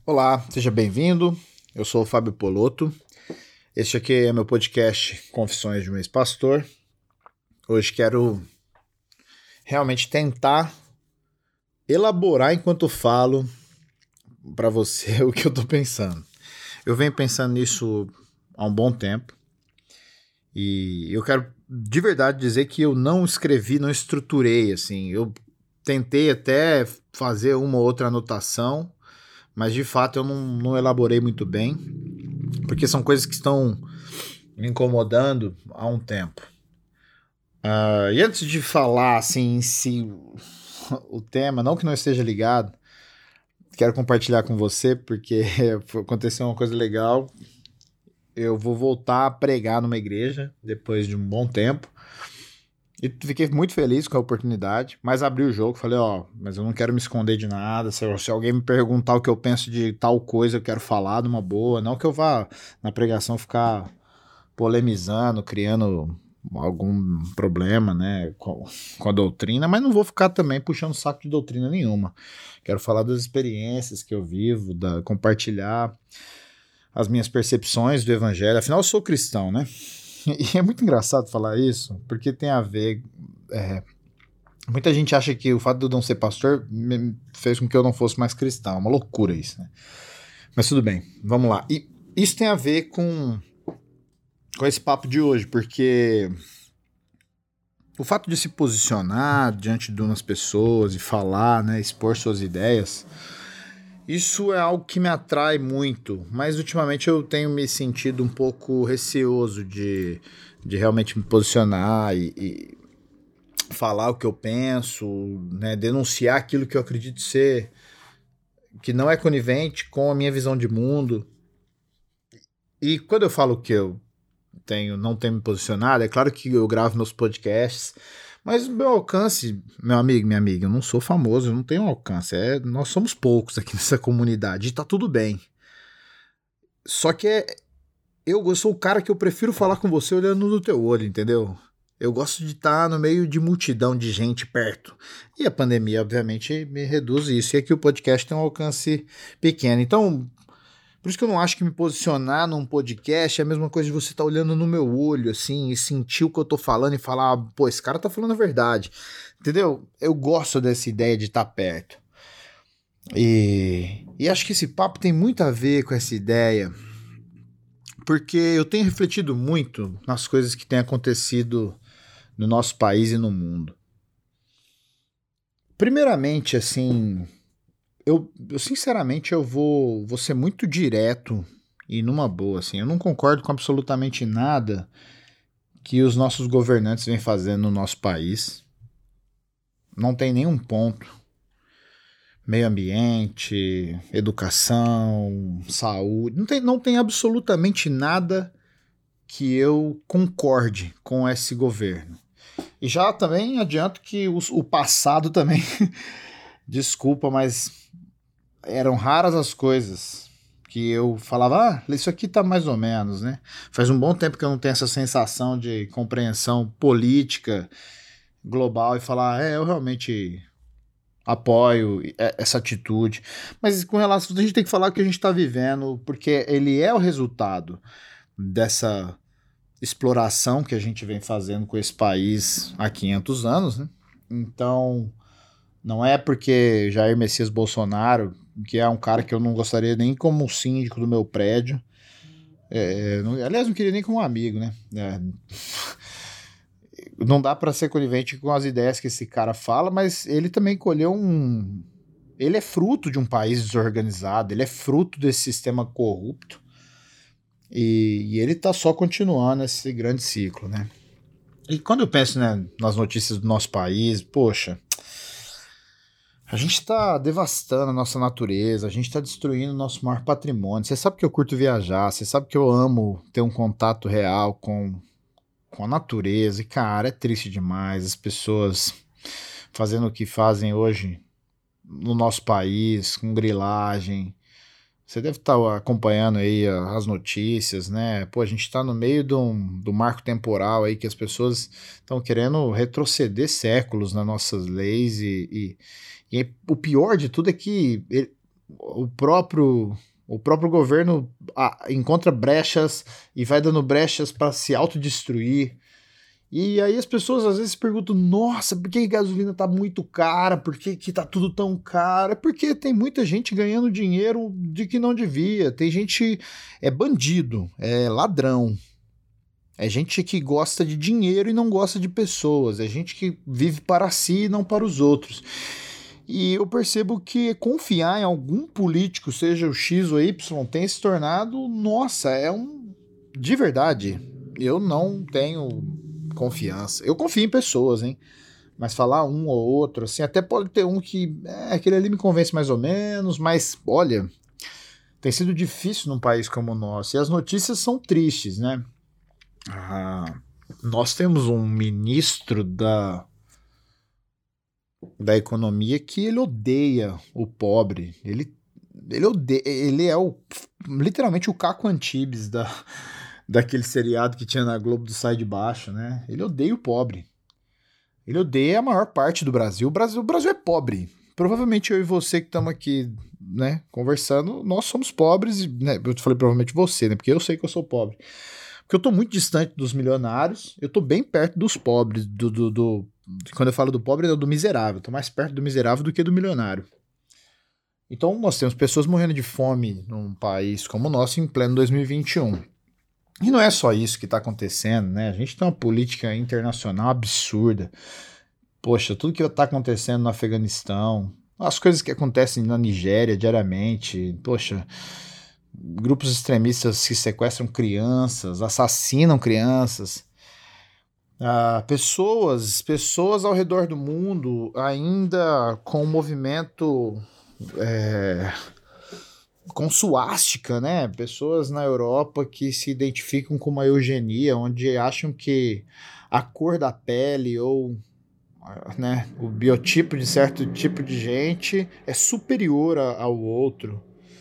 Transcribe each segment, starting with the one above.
Olá, seja bem-vindo. Eu sou o Fábio Polotto. Este aqui é meu podcast Confissões de um Ex-Pastor. Hoje quero realmente tentar elaborar enquanto falo para você o que eu estou pensando. Eu venho pensando nisso há um bom tempo e eu quero de verdade dizer que eu não escrevi, não estruturei assim. Eu tentei até fazer uma ou outra anotação, mas de fato eu não elaborei muito bem, porque são coisas que estão me incomodando há um tempo. E antes de falar assim em si o tema, não que não esteja ligado, quero compartilhar com você porque aconteceu uma coisa legal. Eu vou voltar a pregar numa igreja depois de um bom tempo. E fiquei muito feliz com a oportunidade, mas abri o jogo, falei, mas eu não quero me esconder de nada, se alguém me perguntar o que eu penso de tal coisa, eu quero falar numa boa, não que eu vá na pregação ficar polemizando, criando algum problema, né, com a doutrina, mas não vou ficar também puxando saco de doutrina nenhuma. Quero falar das experiências que eu vivo, compartilhar as minhas percepções do evangelho, afinal eu sou cristão, né? E é muito engraçado falar isso, porque tem a ver. Muita gente acha que o fato de eu não ser pastor fez com que eu não fosse mais cristão. É uma loucura isso, né? Mas tudo bem, vamos lá. E isso tem a ver com esse papo de hoje, porque o fato de se posicionar diante de umas pessoas e falar, né, expor suas ideias, isso é algo que me atrai muito, mas ultimamente eu tenho me sentido um pouco receoso de realmente me posicionar e falar o que eu penso, né, denunciar aquilo que eu acredito ser, que não é conivente com a minha visão de mundo. E quando eu falo que eu não tenho me posicionado, é claro que eu gravo meus podcasts, mas o meu alcance, meu amigo, minha amiga, eu não sou famoso, eu não tenho alcance, nós somos poucos aqui nessa comunidade e tá tudo bem. Só que eu sou o cara que eu prefiro falar com você olhando no teu olho, entendeu? Eu gosto de estar no meio de multidão de gente perto. E a pandemia, obviamente, me reduz isso. E aqui o podcast tem um alcance pequeno. Então, por isso que eu não acho que me posicionar num podcast é a mesma coisa de você estar olhando no meu olho, assim, e sentir o que eu tô falando e falar, pô, esse cara tá falando a verdade. Entendeu? Eu gosto dessa ideia de estar perto. E acho que esse papo tem muito a ver com essa ideia, porque eu tenho refletido muito nas coisas que têm acontecido no nosso país e no mundo. Primeiramente, assim, eu sinceramente eu vou ser muito direto e numa boa, assim, eu não concordo com absolutamente nada que os nossos governantes vêm fazendo no nosso país. Não tem nenhum ponto. Meio ambiente, educação, saúde, não tem absolutamente nada que eu concorde com esse governo. E já também adianto que o passado também, desculpa, mas eram raras as coisas que eu falava, isso aqui tá mais ou menos, né? Faz um bom tempo que eu não tenho essa sensação de compreensão política global e falar, eu realmente apoio essa atitude. Mas com relação, a gente tem que falar o que a gente está vivendo, porque ele é o resultado dessa exploração que a gente vem fazendo com esse país há 500 anos, né? Então, não é porque Jair Messias Bolsonaro, que é um cara que eu não gostaria nem como síndico do meu prédio, aliás, não queria nem como amigo, né? Não dá para ser conivente com as ideias que esse cara fala, mas ele também colheu ele é fruto de um país desorganizado, ele é fruto desse sistema corrupto, e ele tá só continuando esse grande ciclo, né? E quando eu penso, né, nas notícias do nosso país, poxa, a gente está devastando a nossa natureza, a gente está destruindo o nosso maior patrimônio. Você sabe que eu curto viajar, você sabe que eu amo ter um contato real com a natureza. E, cara, é triste demais as pessoas fazendo o que fazem hoje no nosso país, com grilagem. Você deve estar acompanhando aí as notícias, né? Pô, a gente está no meio do marco temporal aí que as pessoas estão querendo retroceder séculos nas nossas leis e o pior de tudo é que o próprio governo encontra brechas e vai dando brechas para se autodestruir. E aí as pessoas às vezes perguntam, nossa, por que a gasolina tá muito cara? Por que tá tudo tão caro? É porque tem muita gente ganhando dinheiro de que não devia. Tem gente, é bandido, é ladrão. É gente que gosta de dinheiro e não gosta de pessoas. É gente que vive para si e não para os outros. E eu percebo que confiar em algum político, seja o X ou Y, tem se tornado, nossa, de verdade, eu não tenho confiança. Eu confio em pessoas, hein? Mas falar um ou outro, assim, até pode ter um que, aquele ali me convence mais ou menos, mas olha, tem sido difícil num país como o nosso. E as notícias são tristes, né? Nós temos um ministro da economia que ele odeia o pobre. Ele odeia, ele é literalmente o Caco Antibes daquele seriado que tinha na Globo do Sai de Baixo, né? Ele odeia o pobre. Ele odeia a maior parte do Brasil. O Brasil é pobre. Provavelmente eu e você que estamos aqui, né, conversando, nós somos pobres, né? Eu falei provavelmente você, né? Porque eu sei que eu sou pobre. Porque eu tô muito distante dos milionários, eu tô bem perto dos pobres, quando eu falo do pobre, é do miserável. Eu tô mais perto do miserável do que do milionário. Então nós temos pessoas morrendo de fome num país como o nosso em pleno 2021. E não é só isso que está acontecendo, né? A gente tem uma política internacional absurda. Poxa, tudo que está acontecendo no Afeganistão, as coisas que acontecem na Nigéria diariamente, poxa, grupos extremistas que sequestram crianças, assassinam crianças. Pessoas ao redor do mundo ainda com o movimento com suástica, né? Pessoas na Europa que se identificam com uma eugenia, onde acham que a cor da pele ou, né, o biotipo de certo tipo de gente é superior ao outro.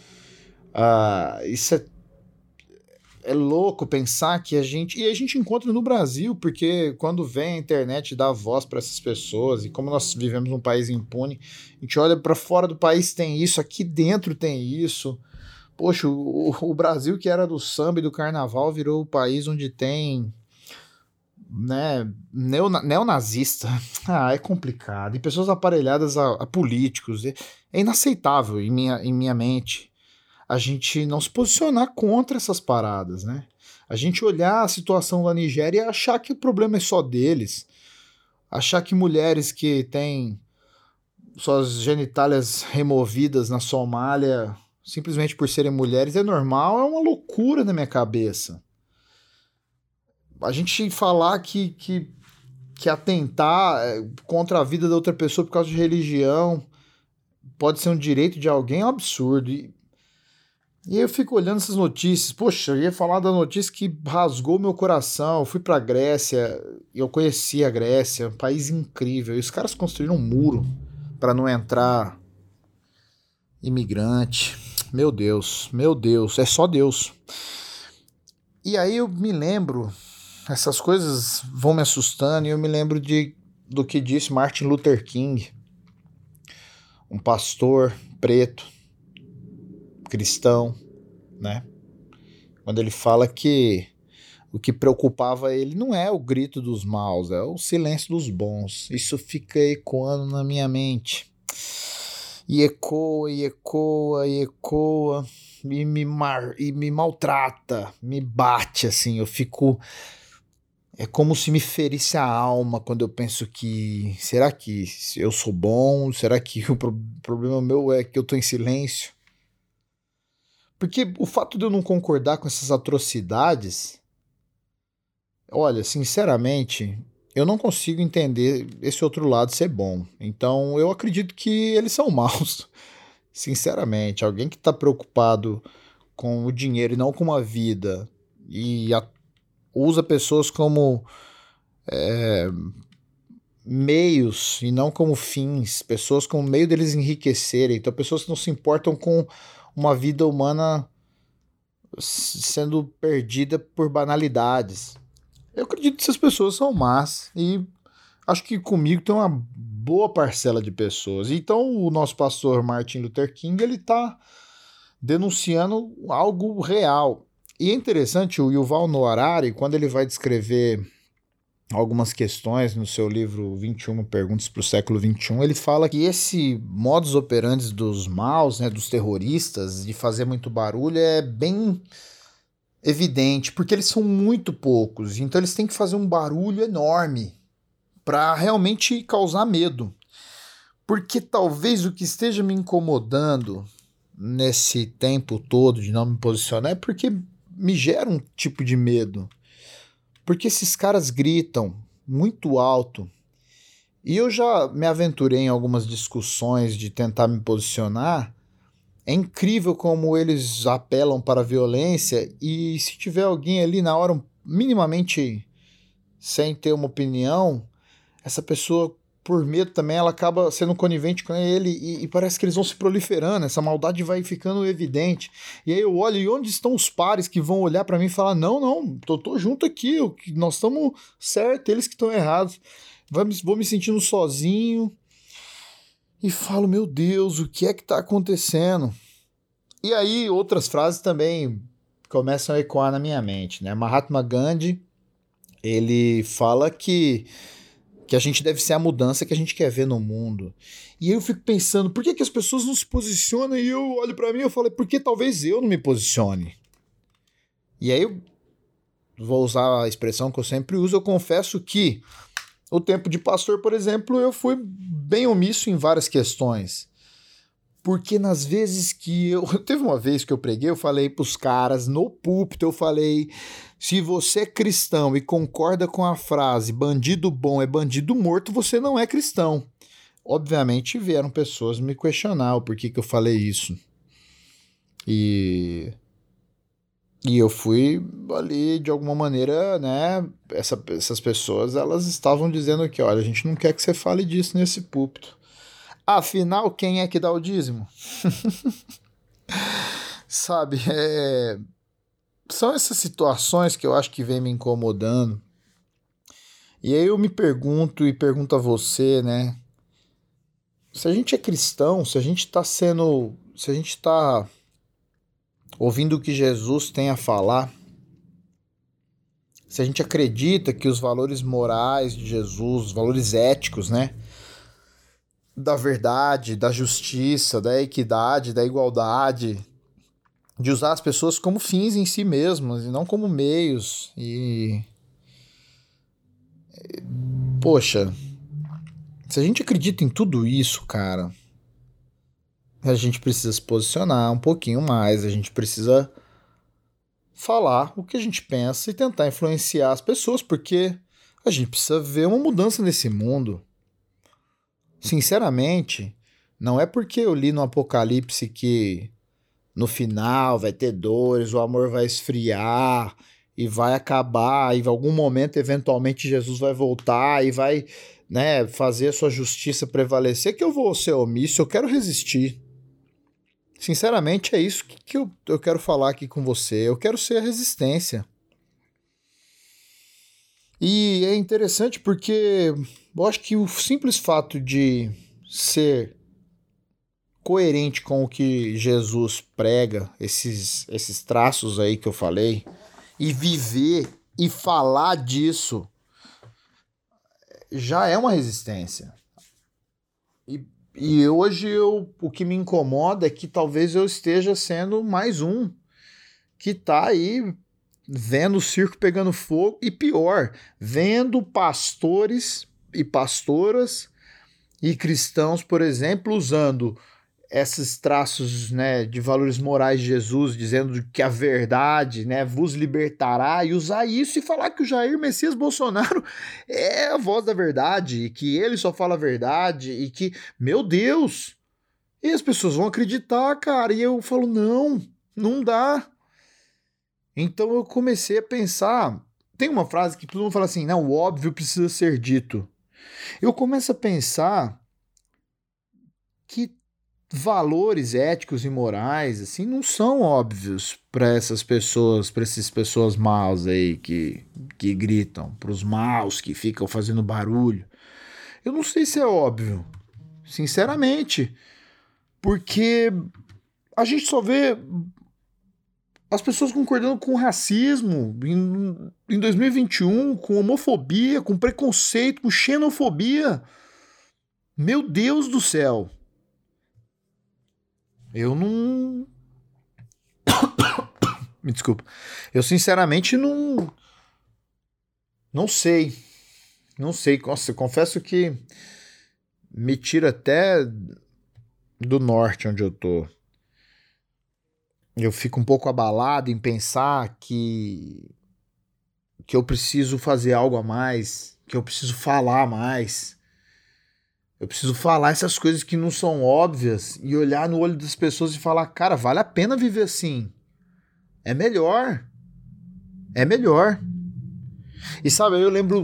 Isso é louco pensar que a gente encontra no Brasil, porque quando vem a internet dá voz para essas pessoas, e como nós vivemos num país impune, a gente olha para fora do país, tem isso, aqui dentro tem isso. Poxa, o Brasil, que era do samba e do carnaval, virou o país onde tem, né, neonazista. É complicado. E pessoas aparelhadas a políticos. É inaceitável em minha mente a gente não se posicionar contra essas paradas, né? A gente olhar a situação da Nigéria e achar que o problema é só deles. Achar que mulheres que têm suas genitálias removidas na Somália simplesmente por serem mulheres é normal, é uma loucura na minha cabeça. A gente falar que atentar contra a vida da outra pessoa por causa de religião pode ser um direito de alguém é um absurdo. E eu fico olhando essas notícias. Poxa, eu ia falar da notícia que rasgou meu coração. Eu fui pra Grécia, eu conheci a Grécia, um país incrível. E os caras construíram um muro para não entrar imigrante. Meu Deus, é só Deus. E aí eu me lembro, essas coisas vão me assustando, e eu me lembro do que disse Martin Luther King, um pastor preto, cristão, né? Quando ele fala que o que preocupava ele não é o grito dos maus, é o silêncio dos bons. Isso fica ecoando na minha mente. E ecoa, e ecoa, e ecoa, e me maltrata, me bate, assim, eu fico... É como se me ferisse a alma quando eu penso que... Será que eu sou bom? Será que o problema meu é que eu tô em silêncio? Porque o fato de eu não concordar com essas atrocidades... Olha, sinceramente, eu não consigo entender esse outro lado ser bom. Então eu acredito que eles são maus. Sinceramente, alguém que está preocupado com o dinheiro e não com a vida e usa pessoas como meios e não como fins, pessoas como meio deles enriquecerem. Então, pessoas que não se importam com uma vida humana sendo perdida por banalidades. Eu acredito que essas pessoas são más e acho que comigo tem uma boa parcela de pessoas. Então o nosso pastor Martin Luther King, ele está denunciando algo real. E é interessante, o Yuval Noah Harari, quando ele vai descrever algumas questões no seu livro 21 Perguntas para o século XXI, ele fala que esse modus operandi dos maus, né, dos terroristas, de fazer muito barulho, é bem evidente, porque eles são muito poucos, então eles têm que fazer um barulho enorme para realmente causar medo. Porque talvez o que esteja me incomodando nesse tempo todo de não me posicionar é porque me gera um tipo de medo. Porque esses caras gritam muito alto. E eu já me aventurei em algumas discussões de tentar me posicionar. É incrível como eles apelam para a violência e se tiver alguém ali na hora minimamente sem ter uma opinião, essa pessoa, por medo também, ela acaba sendo conivente com ele e parece que eles vão se proliferando, essa maldade vai ficando evidente. E aí eu olho, e onde estão os pares que vão olhar para mim e falar, não, tô junto aqui, nós estamos certos, eles que estão errados. Vou me sentindo sozinho e falo, meu Deus, o que é que está acontecendo? E aí outras frases também começam a ecoar na minha mente, né? Mahatma Gandhi, ele fala que a gente deve ser a mudança que a gente quer ver no mundo. E aí eu fico pensando, por que as pessoas não se posicionam? E eu olho pra mim e eu falo, por que talvez eu não me posicione? E aí eu vou usar a expressão que eu sempre uso, eu confesso que o tempo de pastor, por exemplo, eu fui bem omisso em várias questões. Porque nas vezes que teve uma vez que eu preguei, eu falei pros caras no púlpito, eu falei, se você é cristão e concorda com a frase bandido bom é bandido morto, você não é cristão. Obviamente vieram pessoas me questionar o porquê que eu falei isso. E eu fui ali, de alguma maneira, né, essas pessoas, elas estavam dizendo que, olha, a gente não quer que você fale disso nesse púlpito. Afinal, quem é que dá o dízimo? Sabe, são essas situações que eu acho que vem me incomodando. E aí eu me pergunto e pergunto a você, né? Se a gente é cristão, se a gente está ouvindo o que Jesus tem a falar, se a gente acredita que os valores morais de Jesus, os valores éticos, né? Da verdade, da justiça, da equidade, da igualdade, de usar as pessoas como fins em si mesmas e não como meios. Poxa, se a gente acredita em tudo isso, cara, a gente precisa se posicionar um pouquinho mais, a gente precisa falar o que a gente pensa e tentar influenciar as pessoas, porque a gente precisa ver uma mudança nesse mundo. Sinceramente, não é porque eu li no Apocalipse que no final vai ter dores, o amor vai esfriar e vai acabar, e em algum momento, eventualmente, Jesus vai voltar e vai, né, fazer a sua justiça prevalecer, que eu vou ser omisso, eu quero resistir. Sinceramente, é isso que eu quero falar aqui com você. Eu quero ser a resistência. E é interessante porque eu acho que o simples fato de ser coerente com o que Jesus prega, esses traços aí que eu falei, e viver e falar disso, já é uma resistência. E hoje o que me incomoda é que talvez eu esteja sendo mais um que tá aí vendo o circo pegando fogo e pior, vendo pastores e pastoras e cristãos, por exemplo, usando esses traços, né, de valores morais de Jesus, dizendo que a verdade, né, vos libertará, e usar isso e falar que o Jair Messias Bolsonaro é a voz da verdade, e que ele só fala a verdade, e que, meu Deus, e as pessoas vão acreditar, cara, e eu falo, não dá. Então eu comecei a pensar, tem uma frase que todo mundo fala assim, não, o óbvio precisa ser dito. Eu começo a pensar que valores éticos e morais assim não são óbvios para essas pessoas, para essas pessoas maus aí que gritam, para os maus que ficam fazendo barulho. Eu não sei se é óbvio, sinceramente, porque a gente só vê as pessoas concordando com racismo em 2021, com homofobia, com preconceito, com xenofobia. Meu Deus do céu. Eu não... Me desculpa. Eu sinceramente não sei. Não sei. Nossa, eu confesso que me tira até do norte onde eu tô. Eu fico um pouco abalado em pensar que eu preciso fazer algo a mais, que eu preciso falar mais. Eu preciso falar essas coisas que não são óbvias e olhar no olho das pessoas e falar, cara, vale a pena viver assim. É melhor. É melhor. E sabe,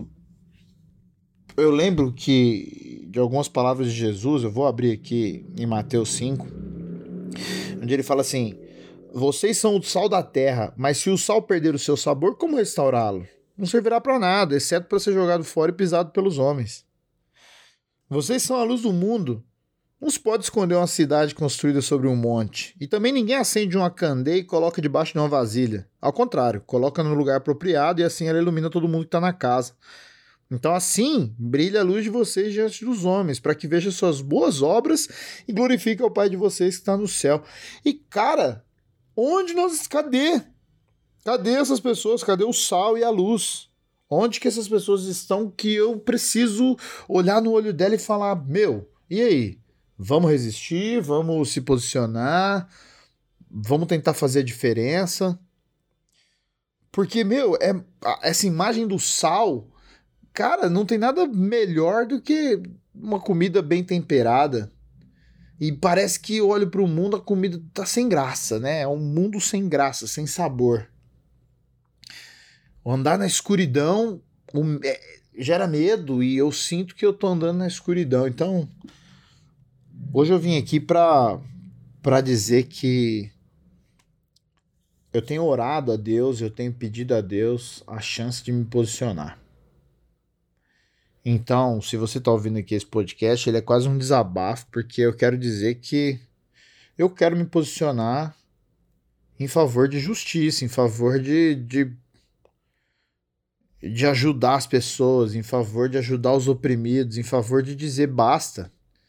eu lembro que de algumas palavras de Jesus, eu vou abrir aqui em Mateus 5, onde ele fala assim: vocês são o sal da terra, mas se o sal perder o seu sabor, como restaurá-lo? Não servirá para nada, exceto para ser jogado fora e pisado pelos homens. Vocês são a luz do mundo. Não se pode esconder uma cidade construída sobre um monte. E também ninguém acende uma candeia e coloca debaixo de uma vasilha. Ao contrário, coloca no lugar apropriado e assim ela ilumina todo mundo que está na casa. Então assim, brilha a luz de vocês diante dos homens, para que vejam suas boas obras e glorifique ao Pai de vocês que está no céu. E cara, cadê? Cadê essas pessoas? Cadê o sal e a luz? Onde que essas pessoas estão que eu preciso olhar no olho dela e falar, meu, e aí? Vamos resistir, vamos se posicionar, vamos tentar fazer a diferença. Porque, meu, essa imagem do sal, cara, não tem nada melhor do que uma comida bem temperada. E parece que eu olho para o mundo, a comida tá sem graça, né? É um mundo sem graça, sem sabor. Andar na escuridão gera medo e eu sinto que eu tô andando na escuridão. Então, hoje eu vim aqui para dizer que eu tenho orado a Deus, eu tenho pedido a Deus a chance de me posicionar. Então, se você tá ouvindo aqui esse podcast, ele é quase um desabafo, porque eu quero dizer que eu quero me posicionar em favor de justiça, em favor de ajudar as pessoas, em favor de ajudar os oprimidos, em favor de dizer basta.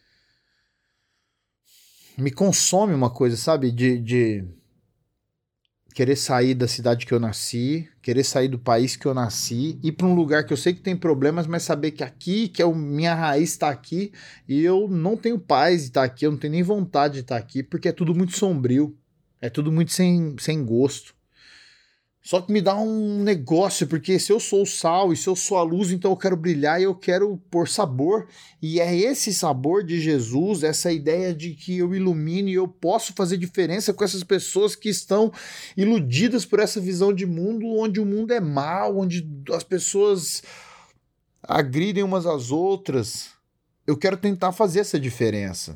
Me consome uma coisa, sabe? De querer sair da cidade que eu nasci, querer sair do país que eu nasci, ir para um lugar que eu sei que tem problemas, mas saber que aqui, que minha raiz está aqui, e eu não tenho paz de estar aqui, eu não tenho nem vontade de estar aqui, porque é tudo muito sombrio, é tudo muito sem gosto. Só que me dá um negócio, porque se eu sou o sal e se eu sou a luz, então eu quero brilhar e eu quero pôr sabor. E é esse sabor de Jesus, essa ideia de que eu ilumine e eu posso fazer diferença com essas pessoas que estão iludidas por essa visão de mundo, onde o mundo é mau, onde as pessoas agridem umas às outras. Eu quero tentar fazer essa diferença.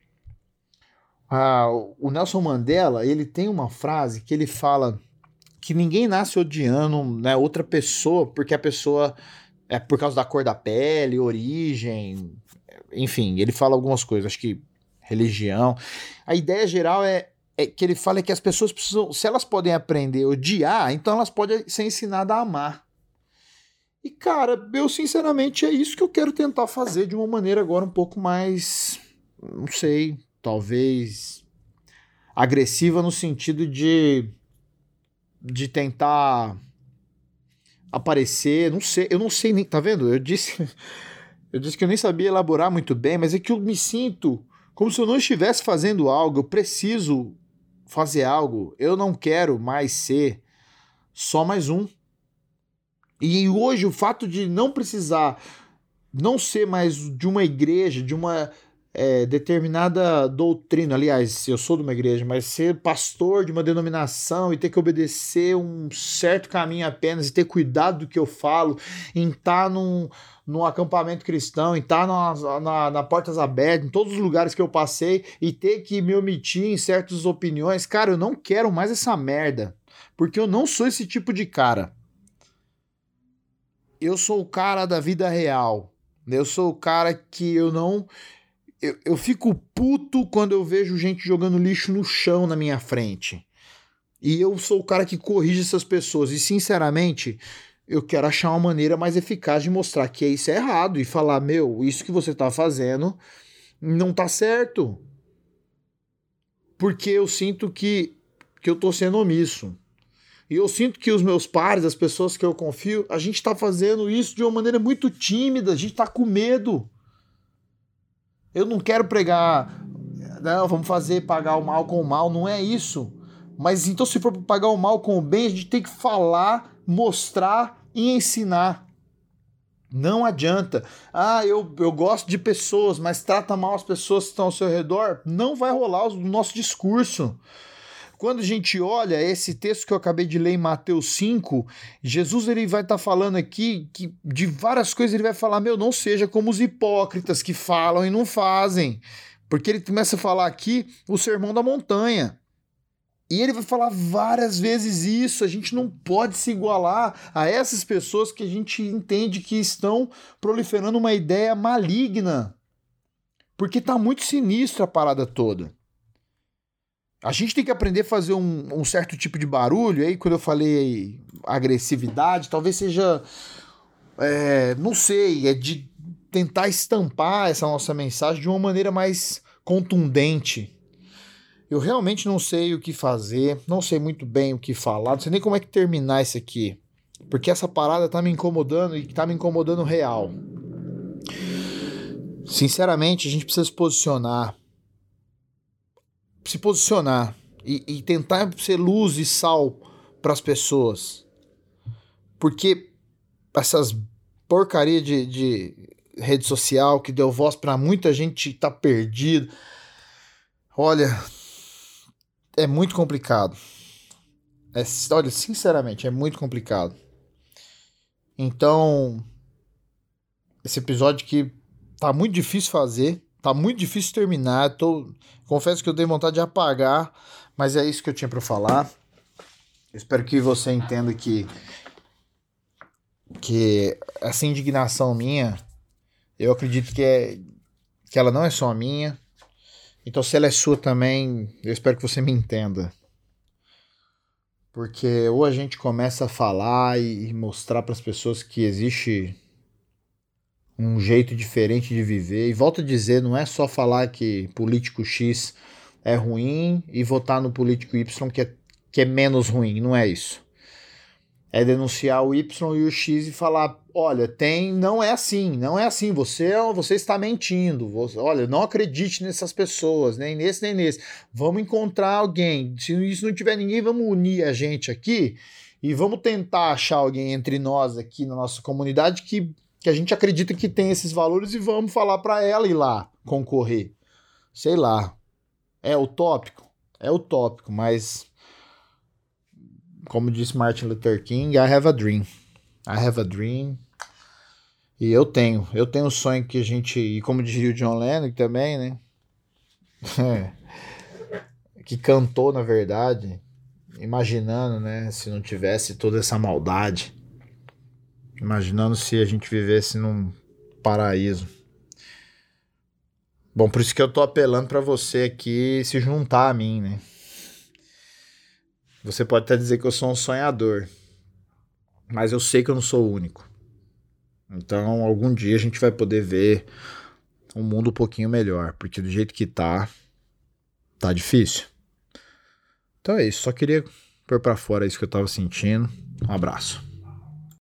O Nelson Mandela, ele tem uma frase que ele fala que ninguém nasce odiando, né, outra pessoa, porque a pessoa é por causa da cor da pele, origem, enfim, ele fala algumas coisas, acho que religião. A ideia geral é que ele fala que as pessoas precisam, se elas podem aprender a odiar, então elas podem ser ensinadas a amar. E cara, eu sinceramente é isso que eu quero tentar fazer de uma maneira agora um pouco mais, não sei, talvez agressiva no sentido de tentar aparecer, não sei, eu não sei nem, tá vendo? Eu disse que eu nem sabia elaborar muito bem, mas é que eu me sinto como se eu não estivesse fazendo algo, eu preciso fazer algo, eu não quero mais ser só mais um. E hoje o fato de não precisar, não ser mais de uma igreja, de uma determinada doutrina, aliás, eu sou de uma igreja, mas ser pastor de uma denominação e ter que obedecer um certo caminho apenas e ter cuidado do que eu falo, em estar num acampamento cristão, em estar na Portas Abertas, em todos os lugares que eu passei e ter que me omitir em certas opiniões, cara, eu não quero mais essa merda, porque eu não sou esse tipo de cara. Eu sou o cara da vida real. Eu sou o cara que eu não... Eu fico puto quando eu vejo gente jogando lixo no chão na minha frente. E eu sou o cara que corrige essas pessoas. E, sinceramente, eu quero achar uma maneira mais eficaz de mostrar que isso é errado. E falar, meu, isso que você tá fazendo não tá certo. Porque eu sinto que eu tô sendo omisso. E eu sinto que os meus pares, as pessoas que eu confio, a gente tá fazendo isso de uma maneira muito tímida. A gente tá com medo. Eu não quero pregar, não, vamos fazer pagar o mal com o mal, não é isso. Mas então, se for pagar o mal com o bem, a gente tem que falar, mostrar e ensinar. Não adianta. Ah, eu gosto de pessoas, mas trata mal as pessoas que estão ao seu redor. Não vai rolar o nosso discurso. Quando a gente olha esse texto que eu acabei de ler em Mateus 5, Jesus ele vai estar falando aqui que de várias coisas ele vai falar, meu, não seja como os hipócritas que falam e não fazem. Porque ele começa a falar aqui o sermão da montanha. E ele vai falar várias vezes isso, a gente não pode se igualar a essas pessoas que a gente entende que estão proliferando uma ideia maligna. Porque tá muito sinistra a parada toda. A gente tem que aprender a fazer um certo tipo de barulho. Aí, quando eu falei agressividade, talvez seja, não sei, é de tentar estampar essa nossa mensagem de uma maneira mais contundente. Eu realmente não sei o que fazer, não sei muito bem o que falar, não sei nem como é que terminar isso aqui. Porque essa parada tá me incomodando e tá me incomodando real. Sinceramente, a gente precisa se posicionar e tentar ser luz e sal para as pessoas. Porque essas porcaria de rede social que deu voz para muita gente tá perdido. Olha, é muito complicado. Olha, sinceramente, é muito complicado. Então, esse episódio que tá muito difícil fazer, tá muito difícil terminar. Confesso que eu dei vontade de apagar, mas é isso que eu tinha para falar. Eu espero que você entenda que essa indignação minha, eu acredito que ela não é só minha. Então, se ela é sua também, eu espero que você me entenda. Porque ou a gente começa a falar e mostrar para as pessoas que existe um jeito diferente de viver. E volto a dizer, não é só falar que político X é ruim e votar no político Y que é menos ruim. Não é isso. É denunciar o Y e o X e falar, olha, não é assim, você está mentindo, olha, não acredite nessas pessoas, nem nesse, nem nesse, vamos encontrar alguém, se isso não tiver ninguém, vamos unir a gente aqui e vamos tentar achar alguém entre nós aqui na nossa comunidade que a gente acredita que tem esses valores e vamos falar para ela ir lá concorrer, sei lá, é utópico, mas... Como disse Martin Luther King, I have a dream. I have a dream. E eu tenho um sonho que a gente, e como diria o John Lennon também, né? Que cantou, na verdade, imaginando, né? Se não tivesse toda essa maldade. Imaginando se a gente vivesse num paraíso. Bom, por isso que eu tô apelando pra você aqui se juntar a mim, né? Você pode até dizer que eu sou um sonhador, mas eu sei que eu não sou o único. Então, algum dia a gente vai poder ver um mundo um pouquinho melhor, porque do jeito que tá difícil. Então é isso, só queria pôr pra fora isso que eu tava sentindo. Um abraço.